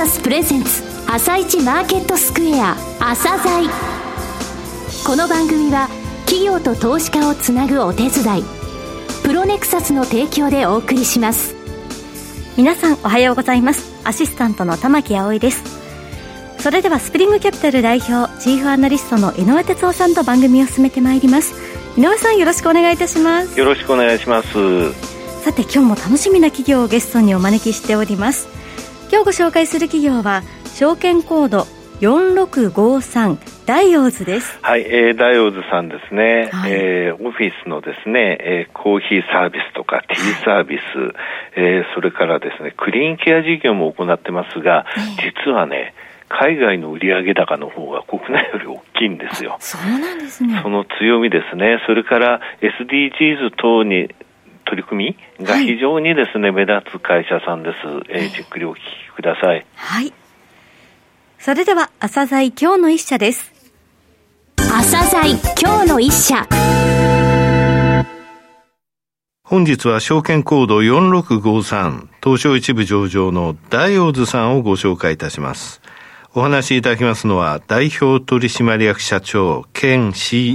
サスプレゼンツ朝市マーケットスクエア朝鮮。この番組は企業と投資家をつなぐお手伝いプロネクサスの提供でお送りします。 皆さんおはようございます。アシスタントの玉木葵です。それではスプリングキャピタル代表チーフアナリストの井上哲夫さんと番組を進めてまいります。井上さん、よろしくお願いいたします。 よろしくお願いします。 さて、今日も楽しみな企業をゲストにお招きしております。今日ご紹介する企業は証券コード4653ダイオーズです。 はい、ダイオーズさんですね、はい、オフィスのですね、コーヒーサービスとかティーサービス、それからですねクリーンケア事業も行ってますが、実はね海外の売上高の方が国内より大きいんですよ。 そうなんですね。 その強みですね。それから SDGs 等に取り組みが非常にですね、目立つ会社さんです。じっくりお聞きください。 はい。それでは朝鮮今日の一社です。 朝鮮今日の一社。 本日は証券コード4653東証一部上場のダイオーズさんをご紹介いたします。お話しいただきますのは代表取締役社長兼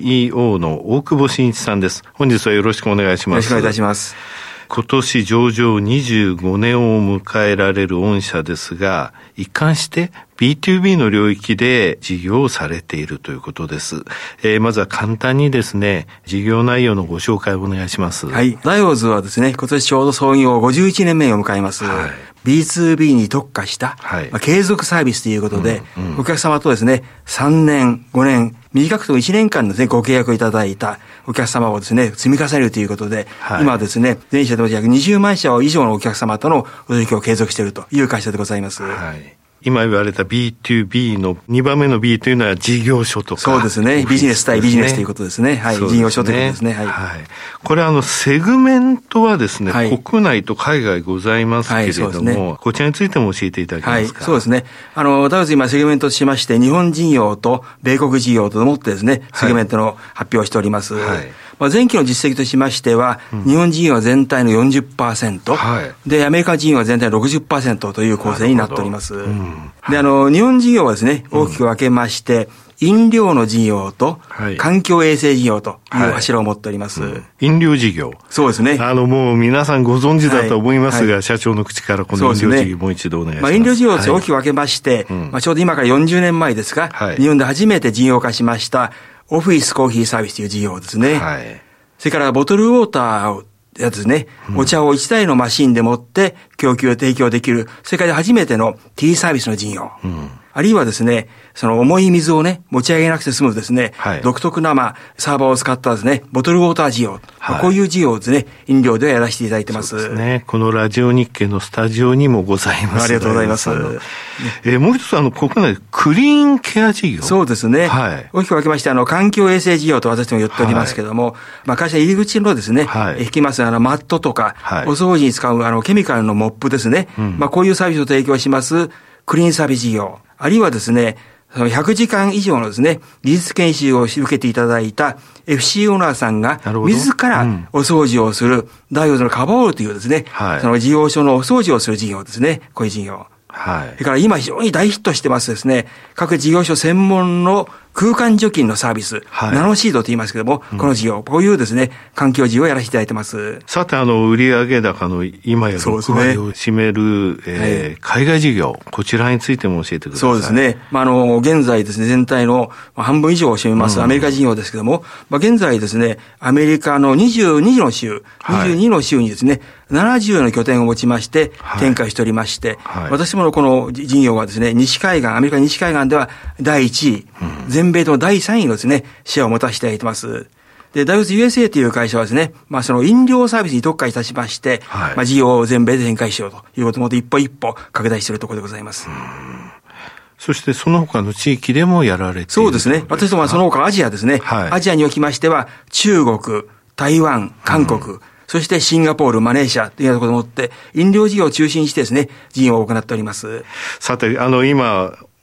CEO の大久保真一さんです。本日はよろしくお願いします。 よろしくお願いいたします。 今年上場25年を迎えられる御社ですが、一貫して B2B の領域で事業をされているということです。まずは簡単にですね、事業内容のご紹介をお願いします。 はい。ダイオーズはですね、今年ちょうど創業51年目を迎えます。はい、B2B に特化した、継続サービスということで、お客様とですね、3年、5年、短くとも1年間ですね、ご契約いただいたお客様をですね、積み重ねるということで、今ですね、全社でも約20万社以上のお客様とのお取引を継続しているという会社でございます。 はい。今言われた B2B の2番目の B というのは事業所とか。 そうですね。ビジネス対ビジネスということですね。はい。事業所ということですね。はい。 これセグメントはですね、国内と海外ございますけれども、こちらについても教えていただけますか。 そうですね。ダイオーズ今セグメントとしまして、日本事業と米国事業ともってですね、セグメントの発表をしております。前期の実績としましては、日本事業は全体の 40%、で、アメリカ事業は全体の 60% という構成になっております。で、日本事業はですね、大きく分けまして、飲料の事業と環境衛生事業という柱を持っております。 飲料事業。 そうですね。 もう皆さんご存知だと思いますが、社長の口からこの飲料事業もう一度お願いします。 飲料事業を大きく分けまして、ちょうど今から40年前ですが、日本で初めて事業化しました、オフィスコーヒーサービスという事業ですね。それからボトルウォーターをやつですね、お茶を1台のマシンでもって供給を提供できる、世界で初めてのティーサービスの事業。あるいはですね、その重い水をね、持ち上げなくて済むですね、独特なサーバーを使ったですね、ボトルウォーター事業。こういう事業をですね、飲料ではやらせていただいてます。 そうですね。このラジオ日経のスタジオにもございます。 ありがとうございます。 もう一つ国内でクリーンケア事業。 そうですね。大きく分けまして、環境衛生事業と私ども言っておりますけども、会社入り口のですね、引きますマットとか、お掃除に使うケミカルのモップですね。こういうサービスを提供します、クリーンサービス事業。あるいはですね、100時間以上のですね、技術研修を受けていただいた FC オーナーさんが自らお掃除をするダイオーズのカバーオールというですね、その事業所のお掃除をする事業ですね、こういう事業。それから今非常に大ヒットしてますですね、各事業所専門の空間除菌のサービス、ナノシードと言いますけども、この事業、こういうですね、環境事業をやらせていただいてます。 さて、売上高の今や6割を占める、海外事業、こちらについても教えてください。 そうですね。現在ですね、全体の半分以上を占めますアメリカ事業ですけども、現在ですね、アメリカの22の州にですね、70の拠点を持ちまして展開しておりまして、私もこの事業はですね、アメリカ西海岸では第1位、全米でも第3位のですね、シェアを持たせていただいてます。で、ダイオーズ USA という会社はですね、その飲料サービスに特化いたしまして、事業を全米で展開しようということも一歩一歩拡大しているところでございます。 そしてその他の地域でもやられている。 そうですね。私どもはその他アジアですね。アジアにおきましては、中国、台湾、韓国、そしてシンガポール、マレーシアというところでもって、飲料事業を中心にしてですね、事業を行っております。 さて、今、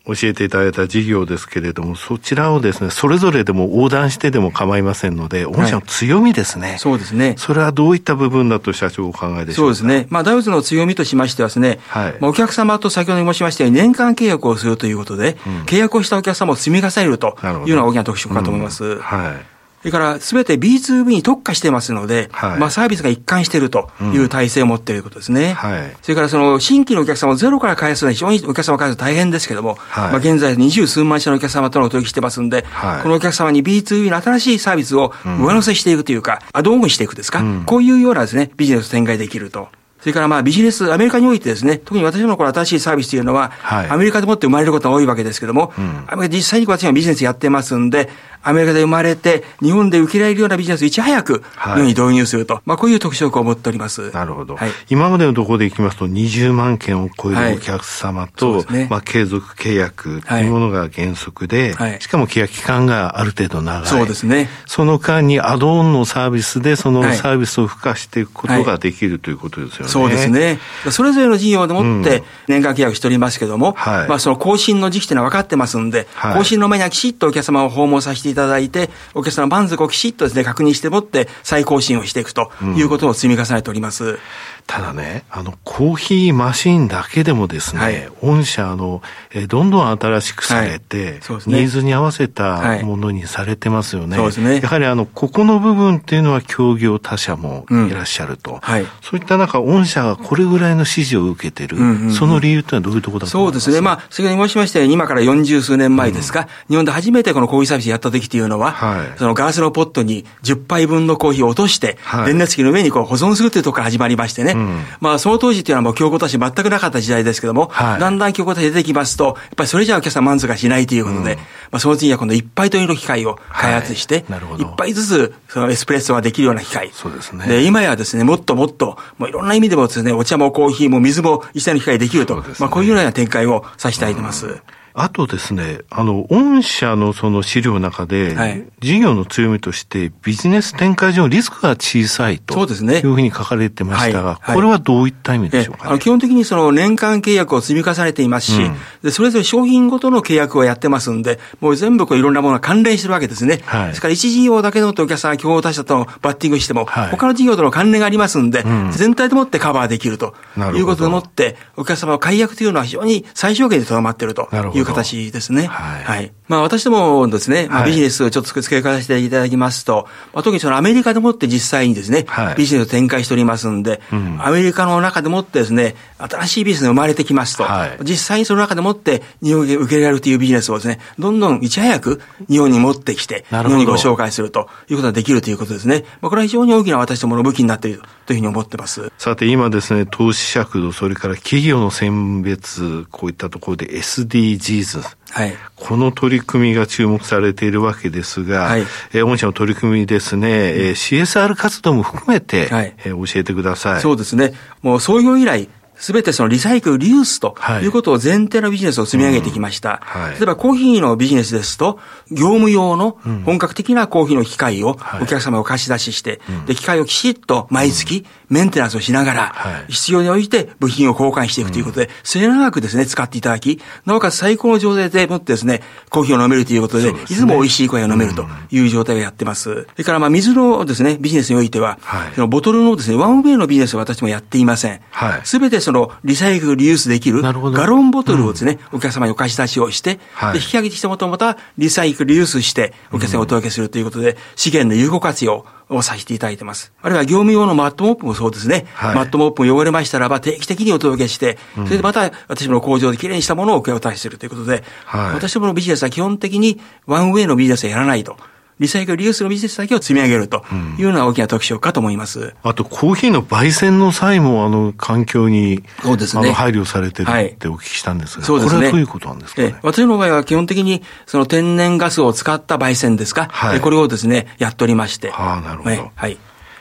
教えていただいた事業ですけれども、そちらをですね、それぞれでも横断してでも構いませんので、御社の強みですね。 そうですね。 それはどういった部分だと社長お考えでしょうか。 そうですね。ダイオーズの強みとしましてはですね、お客様と先ほど申しましたように年間契約をするということで、契約をしたお客様を積み重ねるというのが大きな特徴かと思います。それからすべて B2B に特化してますので、サービスが一貫しているという体制を持っていることですね。それからその新規のお客様をゼロから開発するのは非常にお客様開発大変ですけども、現在20数万社のお客様との取引してますんで、このお客様に B2B の新しいサービスを上乗せしていくというか、アドオンしていくですか、こういうようなですね、ビジネスを展開できると。それからビジネス、アメリカにおいてですね、特に私のこの新しいサービスというのは、アメリカでもって生まれることが多いわけですけども、実際に私はビジネスやってますんで、アメリカで生まれて、日本で受けられるようなビジネスをいち早く日本に導入すると。こういう特徴を持っております。 なるほど。今までのところでいきますと、20万件を超えるお客様と、継続契約というものが原則で、しかも契約期間がある程度長い。 そうですね。 その間にアドオンのサービスで、そのサービスを付加していくことができるということですよね。 そうですね。それぞれの事業でもって年間契約しておりますけども、その更新の時期というのは分かってますんで、更新の前にはきちっとお客様を訪問させていただいて、お客様の満足をきちっとですね、確認してもって再更新をしていくということを積み重ねております。 ただね、コーヒーマシンだけでもですね、御社どんどん新しくされて、ニーズに合わせたものにされてますよね。 そうですね。 やはりここの部分っていうのは協業他社もいらっしゃると。そういった中、御社がこれぐらいの支持を受けてる、その理由ってのはどういうところだと思いますか。 そうですね。先ほど申しましたように、今から40数年前ですか、日本で初めてこのコーヒーサービスやった時っていうのは、そのガラスのポットに10杯分のコーヒーを落として、電熱器の上に保存するというところから始まりましてね。その当時っていうのはもう競合他社全くなかった時代ですけども、だんだん競合他社出てきますと、やっぱりそれじゃお客さん満足がしないということで、その次は今度1杯というの機械を開発して、1杯ずつそのエスプレッソができるような機械。 そうですね。 で、今やですね、もっともっと、いろんな意味でもですね、お茶もコーヒーも水も一切の機械できると、こういうような展開をさせていただいてます。 あとですね、御社のその資料の中で、事業の強みとしてビジネス展開上のリスクが小さいというふうに書かれてましたが、これはどういった意味でしょうかね。 基本的にその年間契約を積み重ねていますし、でそれぞれ商品ごとの契約をやってますんで、もう全部いろんなものが関連してるわけですね。ですから一事業だけのお客さんが競合他社とのバッティングしても、他の事業との関連がありますんで、全体でもってカバーできるということでもって、お客様の解約というのは非常に最小限でとどまっているという形ですね。私どもですね、ビジネスをちょっと付け加えさせていただきますと、特にそのアメリカでもって実際にですね、ビジネスを展開しておりますんで、アメリカの中でもってですね、新しいビジネスが生まれてきますと、実際にその中でもって日本で受け入れられるというビジネスをですね、どんどんいち早く日本に持ってきて、日本にご紹介するということができるということですね。これは非常に大きな私どもの武器になっているというふうに思ってます。 さて今ですね、投資尺度、それから企業の選別、こういったところで SDGs、この取り組みが注目されているわけですが、御社の取り組みですね、CSR 活動も含めて、教えてください。 そうですね。もう創業以来、すべてそのリサイクル、リユースということを前提のビジネスを積み上げてきました。例えばコーヒーのビジネスですと、業務用の本格的なコーヒーの機械をお客様を貸し出しして、で、機械をきちっと毎月メンテナンスをしながら、必要に応じて部品を交換していくということで、末永くですね、使っていただき、なおかつ最高の状態でもってですね、コーヒーを飲めるということで、いつも美味しいコーヒーを飲めるという状態をやってます。それから水のですね、ビジネスにおいては、そのボトルのですね、ワンウェイのビジネスは私もやっていません。すべてそのリサイクル、リユースできるガロンボトルをですね、お客様にお貸し出しをして、で、引き上げてきたもとまたリサイクル、リユースしてお客様にお届けするということで、資源の有効活用をさせていただいてます。あるいは業務用のマットモップもそうですね。マットモップも汚れましたらば定期的にお届けして、それでまた私の工場できれいにしたものをお渡しするということで、私どものビジネスは基本的にワンウェイのビジネスはやらないと。リサイクル、リユースのビジネスだけを積み上げるというような大きな特徴かと思います。 あと、コーヒーの焙煎の際も、環境に、そうですね、配慮されてるってお聞きしたんですが、そうですね、これはどういうことなんですかね。 私の場合は基本的に、その天然ガスを使った焙煎ですか、これをですね、やっておりまして。 なるほど。 はい。 そ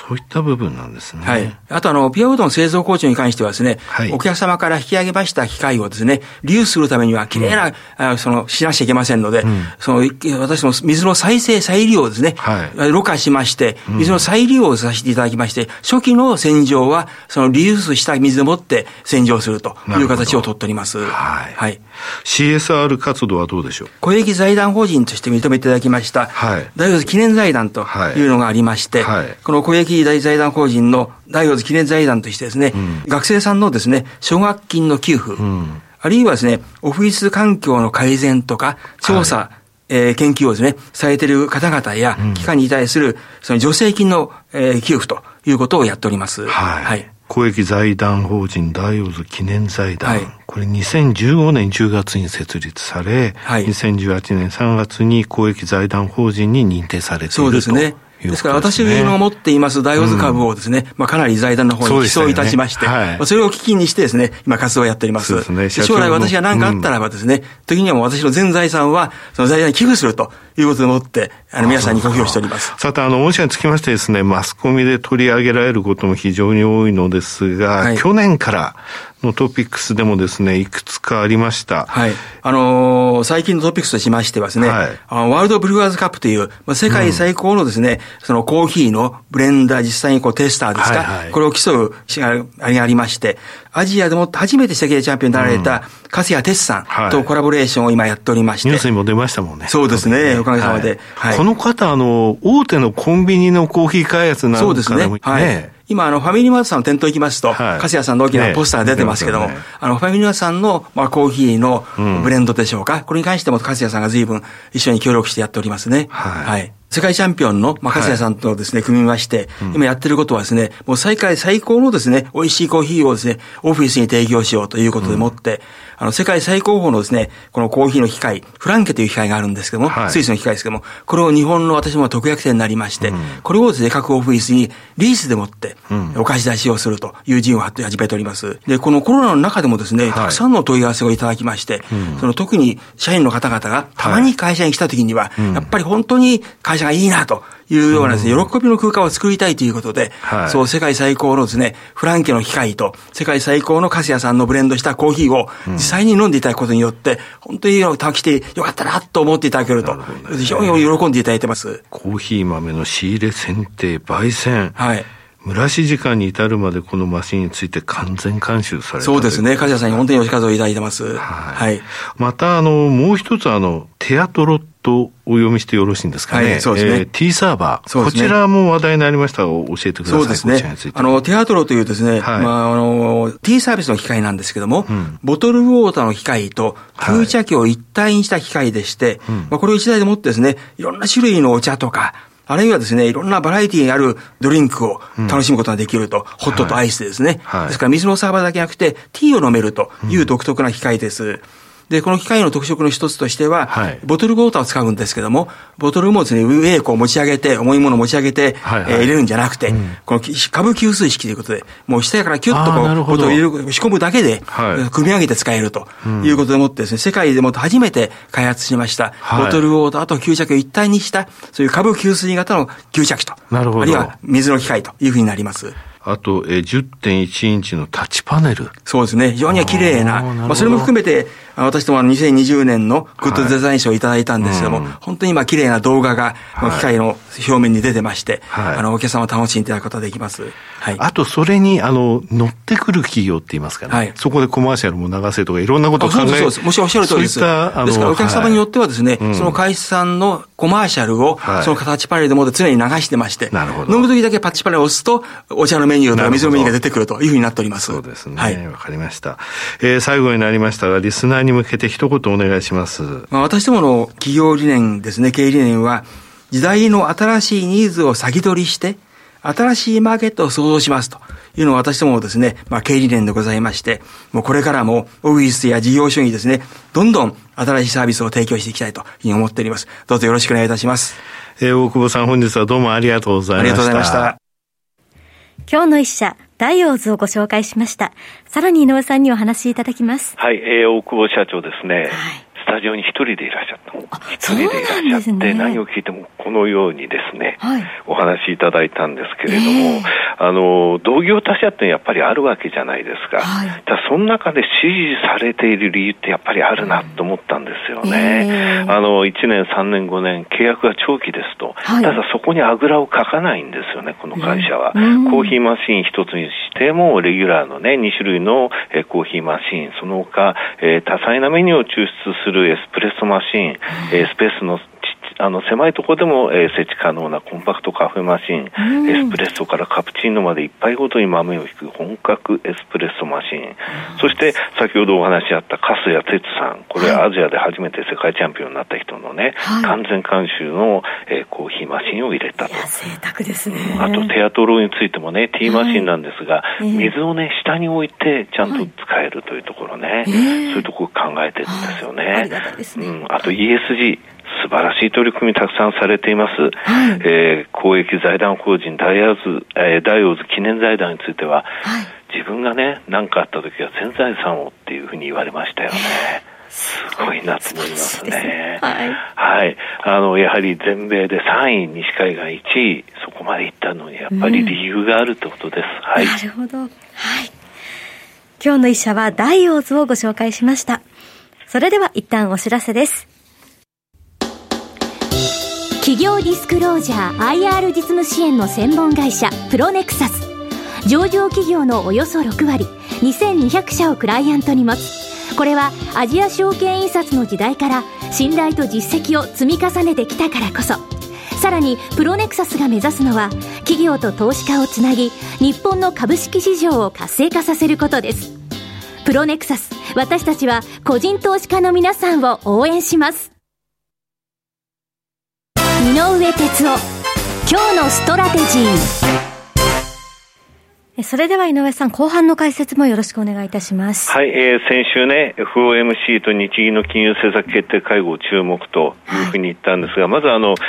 そういった部分なんですね。 はい。あとピュアウードの製造工場に関してはですね、はい、お客様から引き上げました機械をですね、リユースするためにはきれいな、しなしちゃいけませんので、私も水の再生再利用ですね、はい、ろ過しまして、水の再利用をさせていただきまして、初期の洗浄は、リユースした水でもって洗浄するという形をとっております。 はい。はい。CSR 活動はどうでしょう？ 公益財団法人として認めていただきました、はい、大王記念財団というのがありまして、はい、この公益財団法人の大王記念財団としてですね、学生さんのですね、奨学金の給付、あるいはですね、オフィス環境の改善とか、調査、研究をですね、されている方々や機関に対するその助成金の、給付ということをやっております。 はい。はい。公益財団法人大王記念財団、はい、これ2015年10月に設立され、はい、2018年3月に公益財団法人に認定されていると。 そうですね。ですから私の持っています大王株をですね、かなり財団の方に寄贈いたしまして、はい、それを基金にしてですね、今活動をやっております。そうですね。将来私が何かあったらばですね、時にはもう私の全財産はその財団に寄付するということでもって、皆さんにご披露しております。 さて、御社につきましてですね、マスコミで取り上げられることも非常に多いのですが、はい、去年からのトピックスでもですね、いくつかありました。 はい。最近のトピックスとしましてはですね、はい、ワールドブルワーズカップという、世界最高のですね、そのコーヒーのブレンダー、実際にテスターですか、はいはい、これを競うあれがありまして、アジアでも初めて世界チャンピオンになられた、粕谷哲さんとコラボレーションを今やっておりまして。 ニュースにも出ましたもんね。 そうですね、おかげさまで。 はいはい、この方、大手のコンビニのコーヒー開発なんかでも、 そうですね。はい。今、ファミリーマートさんの店頭行きますと、粕谷さんの大きなポスターが出てますけども、ファミリーマートさんの、コーヒーのブレンドでしょうか。これに関しても粕谷さんが随分一緒に協力してやっておりますね。はい。世界チャンピオンの、粕谷さんとですね、組みまして、今やってることはですね、もう世界最高のですね、美味しいコーヒーをですね、オフィスに提供しようということでもって、世界最高峰のですね、このコーヒーの機械、フランケという機械があるんですけども、スイスの機械ですけども、これを日本の私も特約店になりまして、これをですね、各オフィスにリースでもって、お貸し出しをするという事業を始めております。で、このコロナの中でもですね、たくさんの問い合わせをいただきまして、特に社員の方々がたまに会社に来た時には、やっぱり本当に会社がいいなというようなですね、喜びの空間を作りたいということで、そう世界最高のですね、フランケの機械と世界最高の粕谷さんのブレンドしたコーヒーを実際に飲んでいただくことによって、本当に来てよかったなと思っていただけると、非常に喜んでいただいてます。 コーヒー豆の仕入れ、選定、焙煎。はい。蒸らし時間に至るまでこのマシンについて完全監修された。 そうですね。梶谷さんに本当にお力をいただいてます。はい。 また、もう一つテアトロットをお読みしてよろしいんですかね。はい、そうですね。T サーバー。そうですね。こちらも話題になりましたが、教えてください。 そうですね。テアトロというですね、はい、T サービスの機械なんですけども、ボトルウォーターの機械と吸着器を一体にした機械でして、これを一台でもってですね、いろんな種類のお茶とか、あるいはですね、いろんなバラエティにあるドリンクを楽しむことができると、ホットとアイスですね。ですから水のサーバーだけじゃなくて、ティーを飲めるという独特な機械です。で、この機械の特色の一つとしては、ボトルウォーターを使うんですけども、ボトルもですね、上へ持ち上げて、重いものを持ち上げて、入れるんじゃなくて、この下部吸水式ということで、もう下からキュッとボトルを入れる、仕込むだけで、組み上げて使えるということでもってですね、世界でも初めて開発しました、ボトルウォーターと吸着を一体にした、そういう下部吸水型の吸着器と、あるいは水の機械というふうになります。 あと、10.1 インチのタッチパネル。 そうですね。非常に綺麗な。それも含めて、私ども2020年のグッドデザイン賞をいただいたんですけども、本当に今綺麗な動画が、機械の表面に出てまして、お客様を楽しんでいただくことができます。 はい。あと、それに、乗ってくる企業って言いますかね。はい。そこでコマーシャルも流せとか、いろんなことを考えそうです。もしおっしゃる通りです。ですからお客様によってはですね、その会社さんのコマーシャルを、そのタッチパネルでも常に流してまして、なるほど。飲むときだけタッチパネルを押すと、お茶のメニューとか水のメニューが出てくるというふうになっております。 そうですね。はい。わかりました。最後になりましたが、リスナーに向けて一言お願いします。 私どもの企業理念ですね、経営理念は、時代の新しいニーズを先取りして、新しいマーケットを創造しますというのが私どものですね、経営理念でございまして、もうこれからもオフィスや事業所にですね、どんどん新しいサービスを提供していきたいというふうに思っております。どうぞよろしくお願いいたします。 大久保さん、本日はどうもありがとうございました。 ありがとうございました。 今日の一社、ダイオーズをご紹介しました。さらに井上さんにお話しいただきます。 はい、大久保社長ですね。はい。スタジオに一人でいらっしゃった。一人でいらっしゃって、何を聞いてもこのようにですね、はい、お話しいただいたんですけれども、同業他社ってやっぱりあるわけじゃないですか。はい、だその中で支持されている理由ってやっぱりあるなと思ったんですよね。1年、3年、5年、契約が長期ですと。はい、ただそこにあぐらをかかないんですよね、この会社は。コーヒーマシン一つにしても、レギュラーのね、2種類のコーヒーマシン、その他、多彩なメニューを抽出するエスプレッソマシン、スペースの狭いところでも、設置可能なコンパクトカフェマシン、エスプレッソからカプチーノまで一杯ごとに豆を引く本格エスプレッソマシン、そして先ほどお話しあった粕谷哲さん、これはアジアで初めて世界チャンピオンになった人のね、完全監修の、コーヒーマシンを入れたと。 贅沢ですね。 あとテアトロについてもね、ティーマシンなんですが、水をね下に置いてちゃんと使えるというところね、そういうところを考えてるんですよね。 ありがたいですね。 あと ESG、素晴らしい取り組みたくさんされています。公益財団法人ダイオーズ記念財団については、自分がね何かあった時は全財産をっていうふうに言われましたよね。すごいなと思いますね。はい。やはり全米で3位、西海岸1位、そこまで行ったのにやっぱり理由があるってことです。はい。 なるほど。はい。今日の一社はダイオーズをご紹介しました。それでは一旦お知らせです。 企業ディスクロージャー IR 実務支援の専門会社プロネクサス。上場企業のおよそ6割、2200社をクライアントに持つ。これはアジア証券印刷の時代から信頼と実績を積み重ねてきたからこそ。さらにプロネクサスが目指すのは企業と投資家をつなぎ、日本の株式市場を活性化させることです。プロネクサス、私たちは個人投資家の皆さんを応援します。井上哲夫、今日のストラテジー。 それでは井上さん、後半の解説もよろしくお願いいたします。 はい、先週ね FOMC と日銀の金融政策決定会合注目というふうに言ったんですが、まず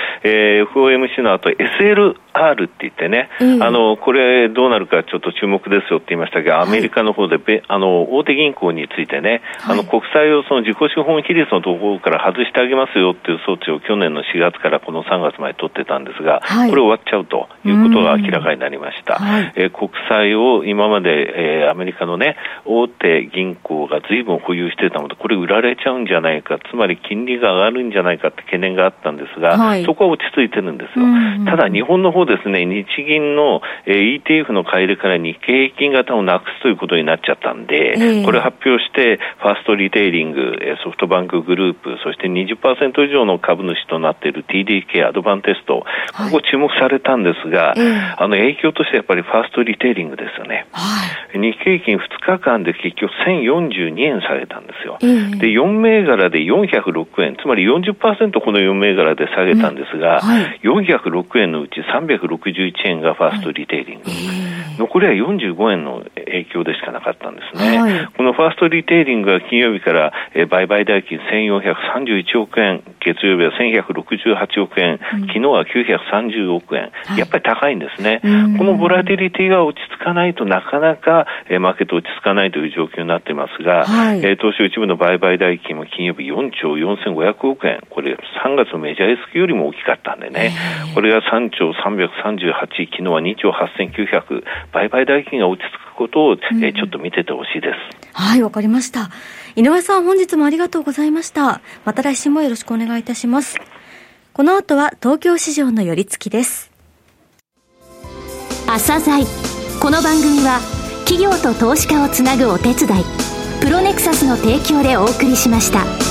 FOMC の後 SLR って言ってね、これどうなるかちょっと注目ですよって言いましたが、アメリカの方で大手銀行についてね、国債をその自己資本比率のところから外してあげますよっていう措置を去年の4月からこの3月まで取ってたんですが、これ終わっちゃうということが明らかになりました。国債を今まで、アメリカのね大手銀行が随分保有していたので、これ売られちゃうんじゃないか、つまり金利が上がるんじゃないかって懸念があったんですが、そこは落ち着いてるんですよ。ただ日本の方ですね、日銀の、ETF の買い入れから日経平均型をなくすということになっちゃったんで、これ発表してファーストリテイリング、ソフトバンクグループ、そして 20% 以上の株主となっている TDK アドバンテスト、ここ注目されたんですが、影響としてやっぱりファーストリテイリングですよね。日経平均2日間で結局1042円下げたんですよ。で4銘柄で406円、つまり 40% この4銘柄で下げたんですが、406円のうち361円がファーストリテイリング、残りは45円の影響でしかなかったんですね。このファーストリテイリングは金曜日から売買代金1431億円、月曜日は1168億円、昨日は930億円、やっぱり高いんですね。このボラティリティが落ち着かないとなかなかマーケット落ち着かないという状況になっていますが、東証一部の売買代金も金曜日4兆4500億円、これ3月のメジャー S q よりも大きかったんでね、これが3兆338、昨日は2兆8900、売買代金が落ち着くことを、ちょっと見ててほしいです。 はい、わかりました。井上さん、本日もありがとうございました。また来週もよろしくお願いいたします。この後は東京市場の寄り付きです。 朝鮮、この番組は企業と投資家をつなぐお手伝い、プロネクサスの提供でお送りしました。